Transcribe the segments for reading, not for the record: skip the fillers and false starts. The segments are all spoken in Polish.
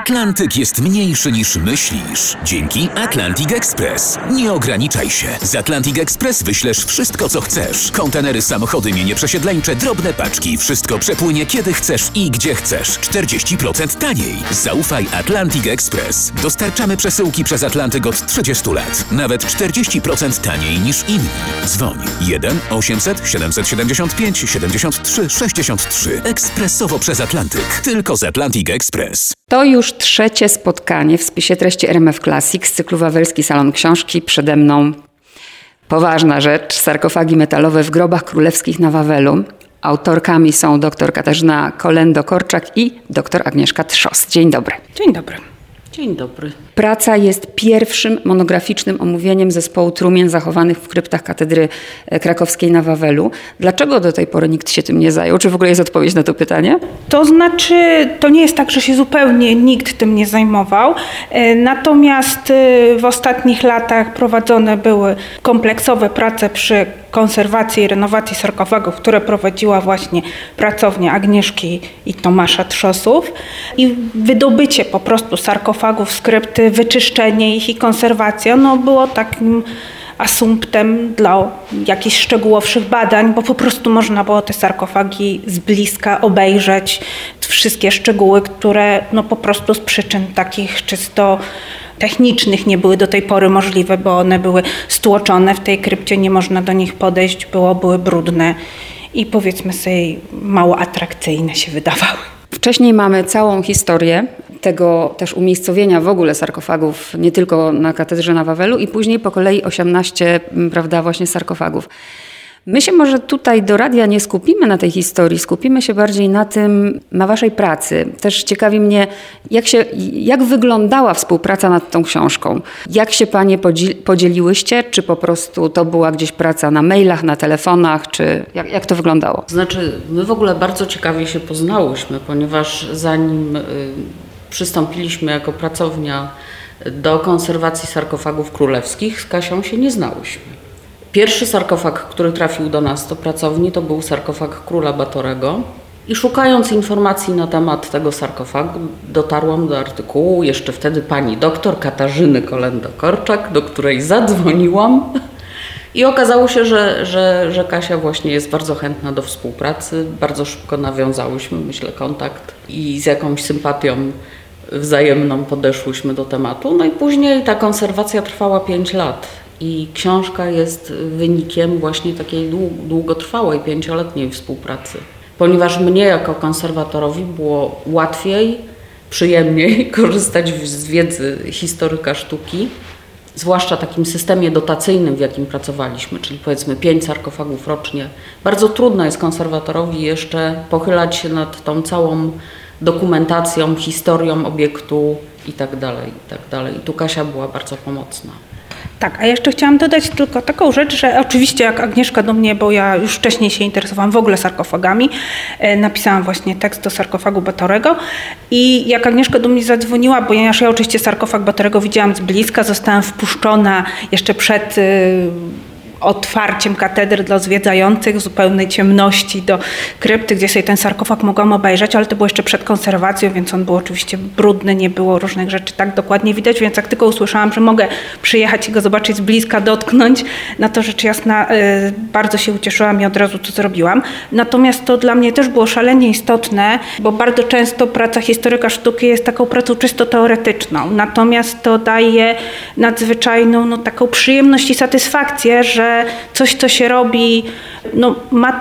Atlantyk jest mniejszy niż myślisz. Dzięki Atlantic Express. Nie ograniczaj się. Z Atlantic Express wyślesz wszystko, co chcesz. Kontenery, samochody, mienie przesiedleńcze, drobne paczki. Wszystko przepłynie kiedy chcesz i gdzie chcesz. 40% taniej. Zaufaj Atlantic Express. Dostarczamy przesyłki przez Atlantyk od 30 lat. Nawet 40% taniej niż inni. Dzwoń 1 800 775 73 63. Ekspresowo przez Atlantyk. Tylko z Atlantic Express. To już trzecie spotkanie w spisie treści RMF Classic z cyklu Wawelski Salon Książki. Przede mną poważna rzecz. Sarkofagi metalowe w grobach królewskich na Wawelu. Autorkami są dr Katarzyna Kolendo-Korczak i dr Agnieszka Trzos. Dzień dobry. Dzień dobry. Dzień dobry. Praca jest pierwszym monograficznym omówieniem zespołu trumien zachowanych w kryptach katedry krakowskiej na Wawelu. Dlaczego do tej pory nikt się tym nie zajął? Czy w ogóle jest odpowiedź na to pytanie? To znaczy, to nie jest tak, że się zupełnie nikt tym nie zajmował. Natomiast w ostatnich latach prowadzone były kompleksowe prace przy konserwacji i renowacji sarkofagów, które prowadziła właśnie pracownia Agnieszki i Tomasza Trzosów. I wydobycie po prostu sarkofagów z krypty, wyczyszczenie ich i konserwacja było takim asumptem dla jakichś szczegółowszych badań, bo po prostu można było te sarkofagi z bliska obejrzeć, wszystkie szczegóły, które po prostu z przyczyn takich czysto technicznych nie były do tej pory możliwe, bo one były stłoczone w tej krypcie, nie można do nich podejść, były brudne i powiedzmy sobie mało atrakcyjne się wydawały. Wcześniej mamy całą historię tego też umiejscowienia w ogóle sarkofagów, nie tylko na katedrze na Wawelu i później po kolei 18, właśnie sarkofagów. My się może tutaj do radia nie skupimy na tej historii, skupimy się bardziej na tym, na waszej pracy. Też ciekawi mnie, jak wyglądała współpraca nad tą książką. Jak się panie podzieliłyście? Czy po prostu to była gdzieś praca na mailach, na telefonach, czy jak to wyglądało? Znaczy, my w ogóle bardzo ciekawie się poznałyśmy, ponieważ zanim przystąpiliśmy jako pracownia do konserwacji sarkofagów królewskich, z Kasią się nie znałyśmy. Pierwszy sarkofag, który trafił do nas do pracowni, to był sarkofag króla Batorego. I szukając informacji na temat tego sarkofagu, dotarłam do artykułu jeszcze wtedy pani doktor Katarzyny Kolendo-Korczak, do której zadzwoniłam. I okazało się, że Kasia właśnie jest bardzo chętna do współpracy. Bardzo szybko nawiązałyśmy, myślę, kontakt i z jakąś sympatią wzajemną podeszłyśmy do tematu. No i później ta konserwacja trwała 5 lat. I książka jest wynikiem właśnie takiej długotrwałej, 5-letniej współpracy. Ponieważ mnie jako konserwatorowi było łatwiej, przyjemniej korzystać z wiedzy historyka sztuki, zwłaszcza takim systemie dotacyjnym, w jakim pracowaliśmy, czyli powiedzmy 5 sarkofagów rocznie. Bardzo trudno jest konserwatorowi jeszcze pochylać się nad tą całą dokumentacją, historią obiektu i tak dalej, i tak dalej. I tu Kasia była bardzo pomocna. Tak, a jeszcze chciałam dodać tylko taką rzecz, że oczywiście jak Agnieszka do mnie, bo ja już wcześniej się interesowałam w ogóle sarkofagami, napisałam właśnie tekst do sarkofagu Batorego i jak Agnieszka do mnie zadzwoniła, ponieważ ja oczywiście sarkofag Batorego widziałam z bliska, zostałam wpuszczona jeszcze przed otwarciem katedry dla zwiedzających w zupełnej ciemności do krypty, gdzie sobie ten sarkofag mogłam obejrzeć, ale to było jeszcze przed konserwacją, więc on był oczywiście brudny, nie było różnych rzeczy tak dokładnie widać, więc jak tylko usłyszałam, że mogę przyjechać i go zobaczyć z bliska, dotknąć, no to rzecz jasna bardzo się ucieszyłam i od razu to zrobiłam. Natomiast to dla mnie też było szalenie istotne, bo bardzo często praca historyka sztuki jest taką pracą czysto teoretyczną, natomiast to daje nadzwyczajną taką przyjemność i satysfakcję, że coś, co się robi, ma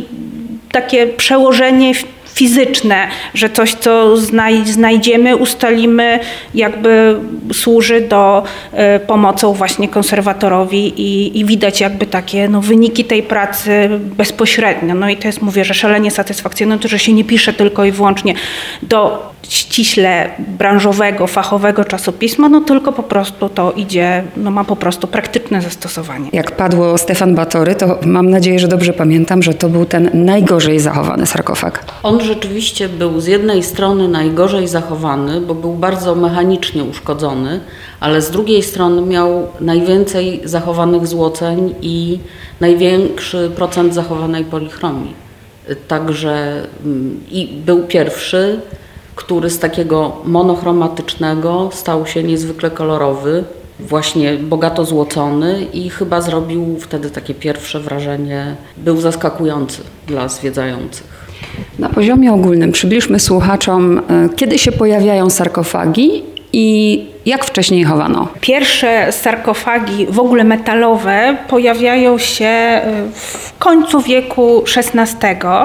takie przełożenie fizyczne, że coś, co znajdziemy, ustalimy, jakby służy do pomocą właśnie konserwatorowi i widać jakby takie wyniki tej pracy bezpośrednio. No i to jest, mówię, że szalenie satysfakcjonujące, że się nie pisze tylko i wyłącznie do ściśle branżowego, fachowego czasopisma, tylko po prostu to idzie, ma po prostu praktyczne zastosowanie. Jak padło Stefan Batory, to mam nadzieję, że dobrze pamiętam, że to był ten najgorzej zachowany sarkofag. On rzeczywiście był z jednej strony najgorzej zachowany, bo był bardzo mechanicznie uszkodzony, ale z drugiej strony miał najwięcej zachowanych złoceń i największy procent zachowanej polichromii. Także i był pierwszy, który z takiego monochromatycznego stał się niezwykle kolorowy, właśnie bogato złocony i chyba zrobił wtedy takie pierwsze wrażenie, był zaskakujący dla zwiedzających. Na poziomie ogólnym przybliżmy słuchaczom, kiedy się pojawiają sarkofagi i jak wcześniej chowano. Pierwsze sarkofagi w ogóle metalowe pojawiają się w końcu wieku XVI.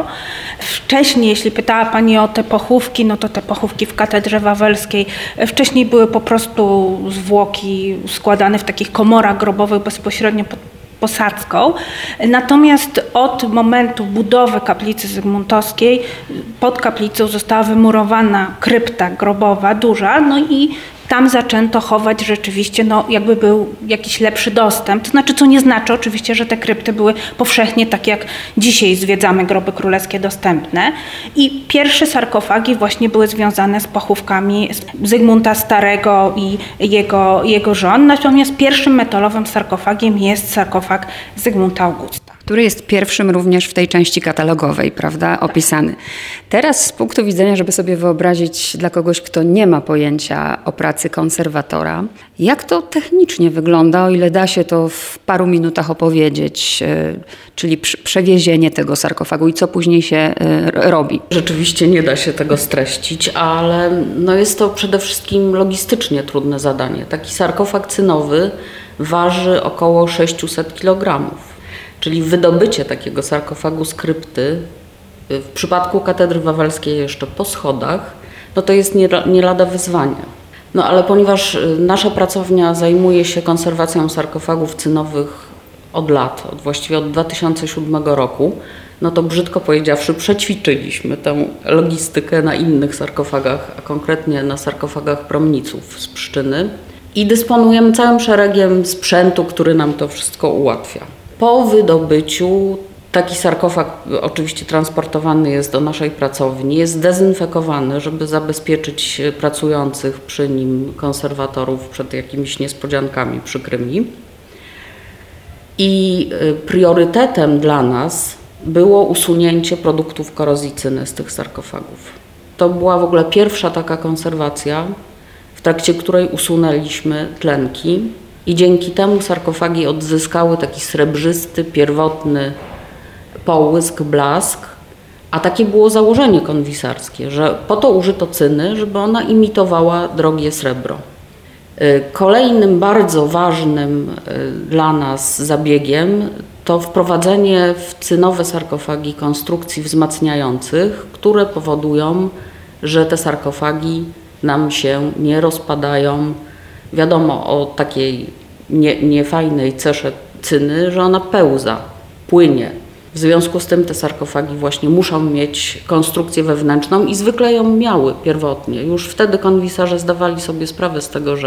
Wcześniej, jeśli pytała Pani o te pochówki, no to te pochówki w katedrze wawelskiej wcześniej były po prostu zwłoki składane w takich komorach grobowych bezpośrednio pod posadzką. Natomiast od momentu budowy kaplicy zygmuntowskiej pod kaplicą została wymurowana krypta grobowa duża, no i tam zaczęto chować rzeczywiście, no jakby był jakiś lepszy dostęp. To znaczy, co nie znaczy oczywiście, że te krypty były powszechnie, tak jak dzisiaj zwiedzamy groby królewskie, dostępne. I pierwsze sarkofagi właśnie były związane z pochówkami Zygmunta Starego i jego żon. Natomiast pierwszym metalowym sarkofagiem jest sarkofag Zygmunta Augusta, który jest pierwszym również w tej części katalogowej, prawda, opisany. Teraz z punktu widzenia, żeby sobie wyobrazić dla kogoś, kto nie ma pojęcia o pracy konserwatora, jak to technicznie wygląda, o ile da się to w paru minutach opowiedzieć, czyli przewiezienie tego sarkofagu i co później się robi. Rzeczywiście nie da się tego streścić, ale no jest to przede wszystkim logistycznie trudne zadanie. Taki sarkofag cynowy waży około 600 kg. Czyli wydobycie takiego sarkofagu z krypty, w przypadku katedry wawelskiej jeszcze po schodach, no to jest nie lada wyzwanie. No ale ponieważ nasza pracownia zajmuje się konserwacją sarkofagów cynowych od lat, właściwie od 2007 roku, no to brzydko powiedziawszy przećwiczyliśmy tę logistykę na innych sarkofagach, a konkretnie na sarkofagach promniców z Pszczyny i dysponujemy całym szeregiem sprzętu, który nam to wszystko ułatwia. Po wydobyciu taki sarkofag oczywiście transportowany jest do naszej pracowni, jest dezynfekowany, żeby zabezpieczyć pracujących przy nim konserwatorów przed jakimiś niespodziankami przykrymi. I priorytetem dla nas było usunięcie produktów korozyjcyny z tych sarkofagów. To była w ogóle pierwsza taka konserwacja, w trakcie której usunęliśmy tlenki. I dzięki temu sarkofagi odzyskały taki srebrzysty, pierwotny połysk, blask, a takie było założenie konwisarskie, że po to użyto cyny, żeby ona imitowała drogie srebro. Kolejnym bardzo ważnym dla nas zabiegiem to wprowadzenie w cynowe sarkofagi konstrukcji wzmacniających, które powodują, że te sarkofagi nam się nie rozpadają. Wiadomo o takiej niefajnej cesze cyny, że ona pełza, płynie. W związku z tym te sarkofagi właśnie muszą mieć konstrukcję wewnętrzną i zwykle ją miały pierwotnie. Już wtedy konwisarze zdawali sobie sprawę z tego,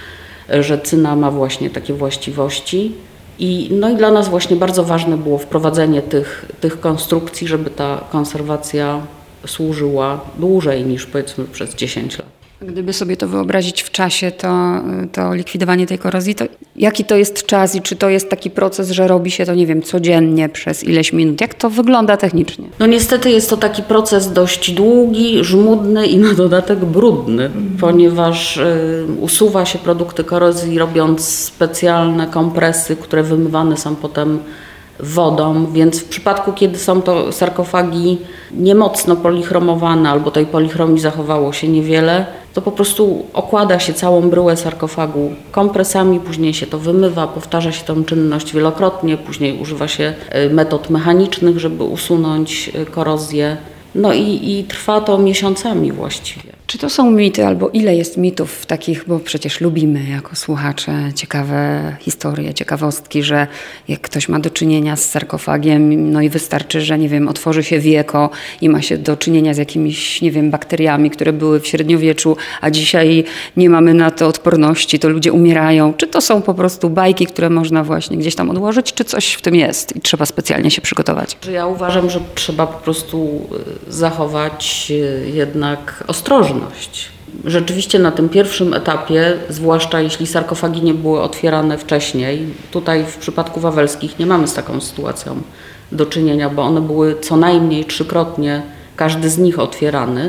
że cyna ma właśnie takie właściwości. No i dla nas właśnie bardzo ważne było wprowadzenie tych konstrukcji, żeby ta konserwacja służyła dłużej niż powiedzmy przez 10 lat. Gdyby sobie to wyobrazić w czasie, to likwidowanie tej korozji, to jaki to jest czas i czy to jest taki proces, że robi się to, nie wiem, codziennie przez ileś minut? Jak to wygląda technicznie? No niestety jest to taki proces dość długi, żmudny i na dodatek brudny, ponieważ usuwa się produkty korozji robiąc specjalne kompresy, które wymywane są potem wodą, więc w przypadku, kiedy są to sarkofagi niemocno polichromowane albo tej polichromii zachowało się niewiele, to po prostu okłada się całą bryłę sarkofagu kompresami, później się to wymywa, powtarza się tę czynność wielokrotnie, później używa się metod mechanicznych, żeby usunąć korozję. No i trwa to miesiącami właściwie. Czy to są mity, albo ile jest mitów takich, bo przecież lubimy jako słuchacze ciekawe historie, ciekawostki, że jak ktoś ma do czynienia z sarkofagiem, no i wystarczy, że nie wiem, otworzy się wieko i ma się do czynienia z jakimiś, nie wiem, bakteriami, które były w średniowieczu, a dzisiaj nie mamy na to odporności, to ludzie umierają. Czy to są po prostu bajki, które można właśnie gdzieś tam odłożyć, czy coś w tym jest i trzeba specjalnie się przygotować? Ja uważam, że trzeba po prostu zachować jednak ostrożność. Rzeczywiście na tym pierwszym etapie, zwłaszcza jeśli sarkofagi nie były otwierane wcześniej, tutaj w przypadku wawelskich nie mamy z taką sytuacją do czynienia, bo one były co najmniej 3-krotnie, każdy z nich otwierany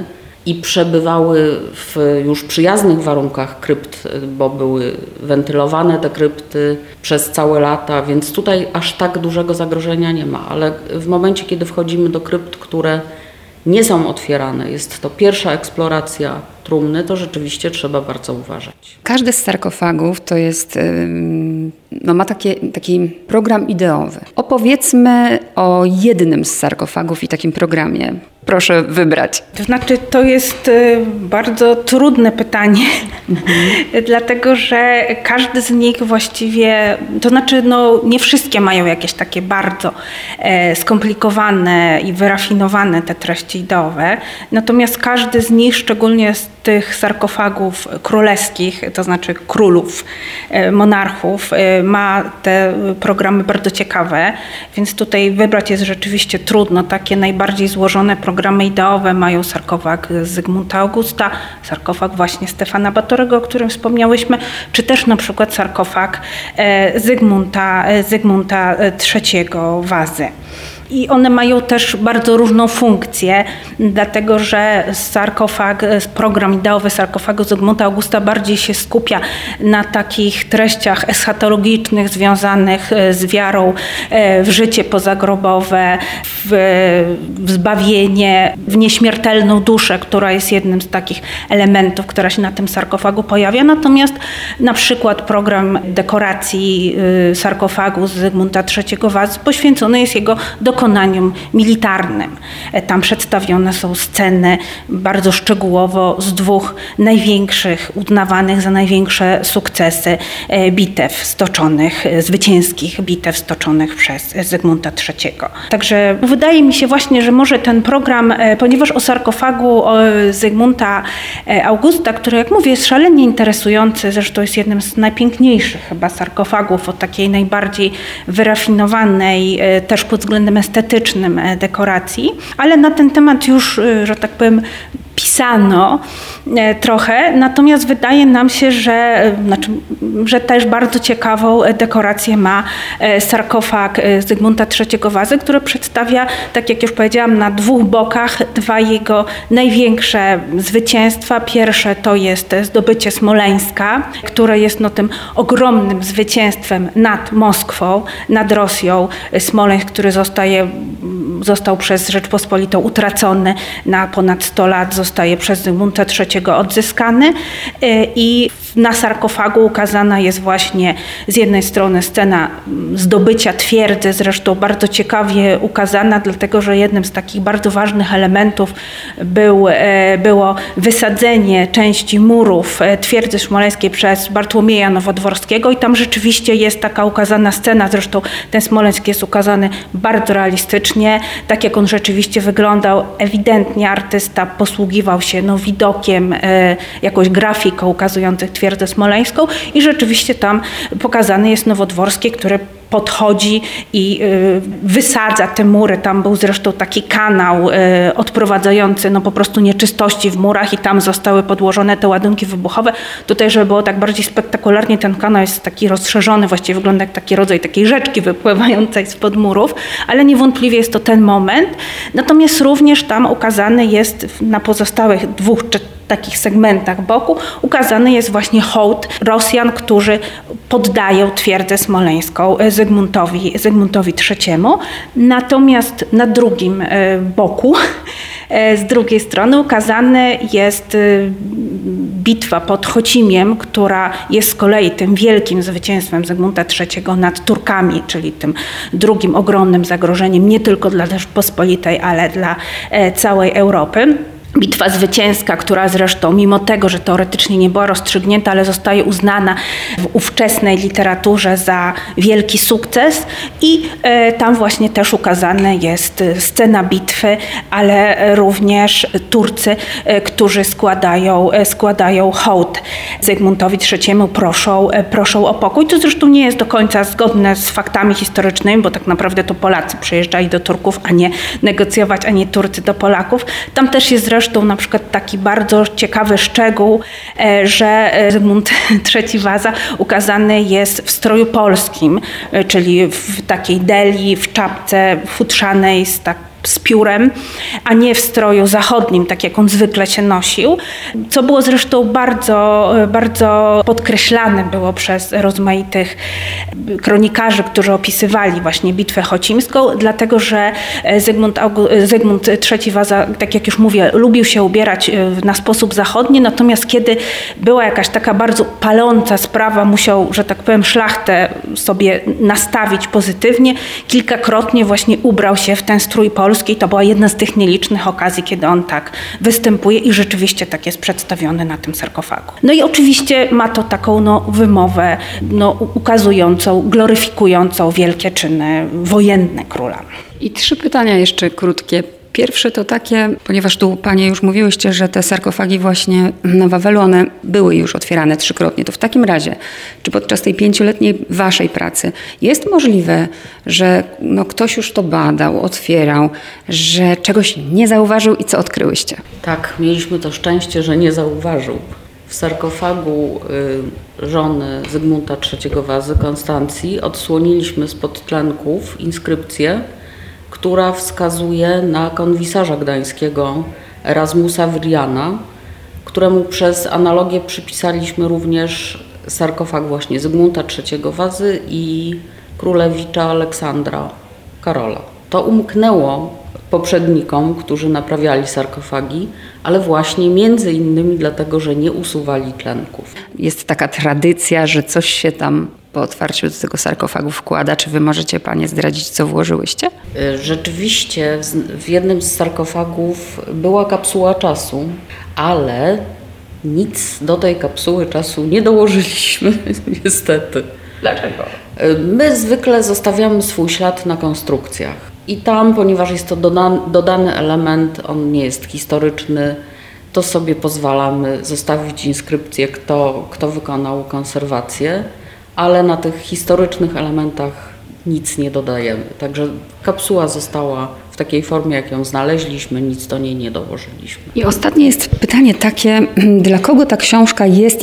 i przebywały w już przyjaznych warunkach krypt, bo były wentylowane te krypty przez całe lata, więc tutaj aż tak dużego zagrożenia nie ma. Ale w momencie, kiedy wchodzimy do krypt, które nie są otwierane, jest to pierwsza eksploracja trumny, to rzeczywiście trzeba bardzo uważać. Każdy z sarkofagów to jest, ma taki program ideowy. Opowiedzmy o jednym z sarkofagów i takim programie. Proszę wybrać. To znaczy, to jest bardzo trudne pytanie, dlatego że każdy z nich właściwie, to znaczy nie wszystkie mają jakieś takie bardzo skomplikowane i wyrafinowane te treści ideowe, natomiast każdy z nich, szczególnie z tych sarkofagów królewskich, to znaczy królów, monarchów, ma te programy bardzo ciekawe, więc tutaj wybrać jest rzeczywiście trudno. Takie najbardziej złożone programy ideowe mają sarkofag Zygmunta Augusta, sarkofag właśnie Stefana Batorego, o którym wspomniałyśmy, czy też na przykład sarkofag Zygmunta III Wazy. I one mają też bardzo różną funkcję, dlatego że program ideowy sarkofagu Zygmunta Augusta bardziej się skupia na takich treściach eschatologicznych związanych z wiarą w życie pozagrobowe, w zbawienie, w nieśmiertelną duszę, która jest jednym z takich elementów, która się na tym sarkofagu pojawia. Natomiast na przykład program dekoracji sarkofagu Zygmunta III Wazy poświęcony jest jego dokonaniom militarnym. Tam przedstawione są sceny bardzo szczegółowo z dwóch największych, uznawanych za największe sukcesy zwycięskich bitew stoczonych przez Zygmunta III. Także wydaje mi się właśnie, że może ten program, ponieważ o sarkofagu Zygmunta Augusta, który, jak mówię, jest szalenie interesujący, zresztą jest jednym z najpiękniejszych chyba sarkofagów o takiej najbardziej wyrafinowanej też pod względem estetycznym dekoracji, ale na ten temat już, że tak powiem, pisano trochę, natomiast wydaje nam się, że też bardzo ciekawą dekorację ma sarkofag Zygmunta III Wazy, który przedstawia, tak jak już powiedziałam, na dwóch bokach dwa jego największe zwycięstwa. Pierwsze to jest zdobycie Smoleńska, które jest tym ogromnym zwycięstwem nad Moskwą, nad Rosją. Smoleńsk, który został przez Rzeczpospolitą utracony na ponad 100 lat, zostaje przez Zygmunta III odzyskany i na sarkofagu ukazana jest właśnie z jednej strony scena zdobycia twierdzy, zresztą bardzo ciekawie ukazana, dlatego że jednym z takich bardzo ważnych elementów było wysadzenie części murów twierdzy smoleńskiej przez Bartłomieja Nowodworskiego i tam rzeczywiście jest taka ukazana scena, zresztą ten Smoleńsk jest ukazany bardzo realistycznie, tak jak on rzeczywiście wyglądał. Ewidentnie artysta posługiwał się widokiem, jakąś grafiką ukazujących twierdzę smoleńską i rzeczywiście tam pokazany jest Nowodworskie, które podchodzi i wysadza te mury. Tam był zresztą taki kanał odprowadzający po prostu nieczystości w murach i tam zostały podłożone te ładunki wybuchowe. Tutaj, żeby było tak bardziej spektakularnie, ten kanał jest taki rozszerzony, właściwie wygląda jak taki rodzaj takiej rzeczki wypływającej spod murów, ale niewątpliwie jest to ten moment. Natomiast również tam ukazany jest na pozostałych dwóch takich segmentach boku ukazany jest właśnie hołd Rosjan, którzy poddają twierdzę smoleńską Zygmuntowi III. Natomiast na drugim boku, z drugiej strony ukazany jest bitwa pod Chocimiem, która jest z kolei tym wielkim zwycięstwem Zygmunta III nad Turkami, czyli tym drugim ogromnym zagrożeniem nie tylko dla Rzeczpospolitej, ale dla całej Europy. Bitwa zwycięska, która zresztą mimo tego, że teoretycznie nie była rozstrzygnięta, ale zostaje uznana w ówczesnej literaturze za wielki sukces i tam właśnie też ukazana jest scena bitwy, ale również Turcy, którzy składają hołd Zygmuntowi III, proszą o pokój. To zresztą nie jest do końca zgodne z faktami historycznymi, bo tak naprawdę to Polacy przyjeżdżali do Turków, a nie negocjować, a nie Turcy do Polaków. Tam też jest zresztą na przykład taki bardzo ciekawy szczegół, że Zygmunt III Waza ukazany jest w stroju polskim, czyli w takiej deli, w czapce futrzanej z z piórem, a nie w stroju zachodnim, tak jak on zwykle się nosił, co było zresztą bardzo, bardzo podkreślane było przez rozmaitych kronikarzy, którzy opisywali właśnie bitwę chocimską, dlatego że Zygmunt III Waza, tak jak już mówię, lubił się ubierać na sposób zachodni, natomiast kiedy była jakaś taka bardzo paląca sprawa, musiał, że tak powiem, szlachtę sobie nastawić pozytywnie. Kilkakrotnie właśnie ubrał się w ten strój polski. To była jedna z tych nielicznych okazji, kiedy on tak występuje i rzeczywiście tak jest przedstawiony na tym sarkofagu. No i oczywiście ma to taką wymowę ukazującą, gloryfikującą wielkie czyny wojenne króla. I 3 pytania jeszcze krótkie. Pierwsze to takie, ponieważ tu panie już mówiłyście, że te sarkofagi właśnie na Wawelu, one były już otwierane 3-krotnie. To w takim razie, czy podczas tej 5-letniej waszej pracy jest możliwe, że ktoś już to badał, otwierał, że czegoś nie zauważył i co odkryłyście? Tak, mieliśmy to szczęście, że nie zauważył. W sarkofagu żony Zygmunta III Wazy, Konstancji, odsłoniliśmy spod tlenków inskrypcję, która wskazuje na konwisarza gdańskiego Erasmusa Wyriana, któremu przez analogię przypisaliśmy również sarkofag właśnie Zygmunta III Wazy i królewicza Aleksandra Karola. To umknęło poprzednikom, którzy naprawiali sarkofagi, ale właśnie między innymi dlatego, że nie usuwali tlenków. Jest taka tradycja, że coś się tam po otwarciu do tego sarkofagu wkłada. Czy wy możecie panie zdradzić, co włożyłyście? Rzeczywiście w jednym z sarkofagów była kapsuła czasu, ale nic do tej kapsuły czasu nie dołożyliśmy, niestety. Dlaczego? My zwykle zostawiamy swój ślad na konstrukcjach i tam, ponieważ jest to dodany element, on nie jest historyczny, to sobie pozwalamy zostawić inskrypcję, kto wykonał konserwację, ale na tych historycznych elementach nic nie dodajemy. Także kapsuła została w takiej formie, jak ją znaleźliśmy, nic do niej nie dołożyliśmy. I ostatnie jest pytanie takie, dla kogo ta książka jest,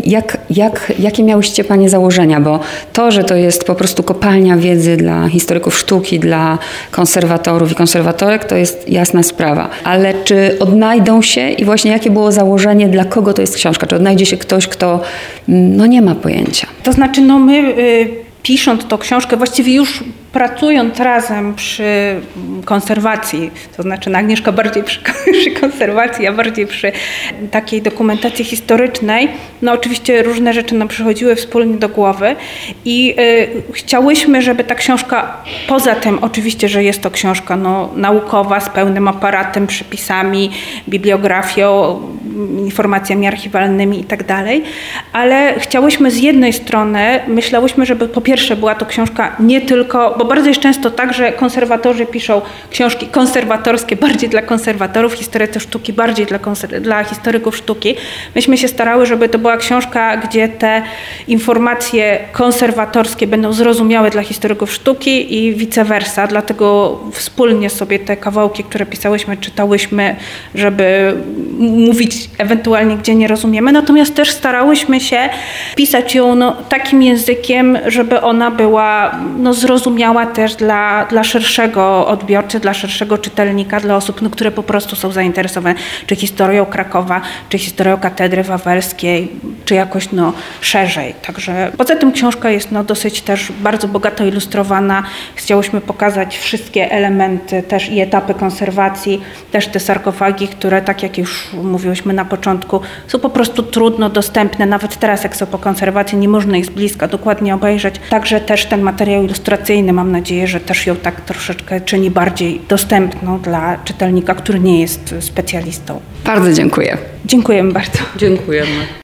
jakie miałyście panie założenia? Bo to, że to jest po prostu kopalnia wiedzy dla historyków sztuki, dla konserwatorów i konserwatorek, to jest jasna sprawa. Ale czy odnajdą się i właśnie jakie było założenie, dla kogo to jest książka? Czy odnajdzie się ktoś, kto nie ma pojęcia? To znaczy, my pisząc tą książkę, właściwie już pracując razem przy konserwacji, to znaczy Agnieszka bardziej przy konserwacji, a bardziej przy takiej dokumentacji historycznej, oczywiście różne rzeczy nam przychodziły wspólnie do głowy i chciałyśmy, żeby ta książka, poza tym oczywiście, że jest to książka naukowa z pełnym aparatem, przypisami, bibliografią, informacjami archiwalnymi i tak dalej, ale chciałyśmy z jednej strony, myślałyśmy, żeby po pierwsze była to książka nie tylko, bo bardzo jest często tak, że konserwatorzy piszą książki konserwatorskie bardziej dla konserwatorów, historycy sztuki bardziej dla historyków sztuki. Myśmy się starały, żeby to była książka, gdzie te informacje konserwatorskie będą zrozumiałe dla historyków sztuki i vice versa, dlatego wspólnie sobie te kawałki, które pisałyśmy, czytałyśmy, żeby mówić ewentualnie, gdzie nie rozumiemy, natomiast też starałyśmy się pisać ją takim językiem, żeby ona była zrozumiała też dla szerszego odbiorcy, dla szerszego czytelnika, dla osób, które po prostu są zainteresowane czy historią Krakowa, czy historią katedry wawelskiej, czy jakoś szerzej. Także poza tym książka jest dosyć też bardzo bogato ilustrowana. Chciałyśmy pokazać wszystkie elementy też i etapy konserwacji, też te sarkofagi, które tak jak już mówiłyśmy na początku, są po prostu trudno dostępne. Nawet teraz jak są po konserwacji, nie można ich z bliska dokładnie obejrzeć. Także też ten materiał ilustracyjny, mam nadzieję, że też ją tak troszeczkę czyni bardziej dostępną dla czytelnika, który nie jest specjalistą. Bardzo dziękuję. Dziękujemy bardzo. Dziękujemy.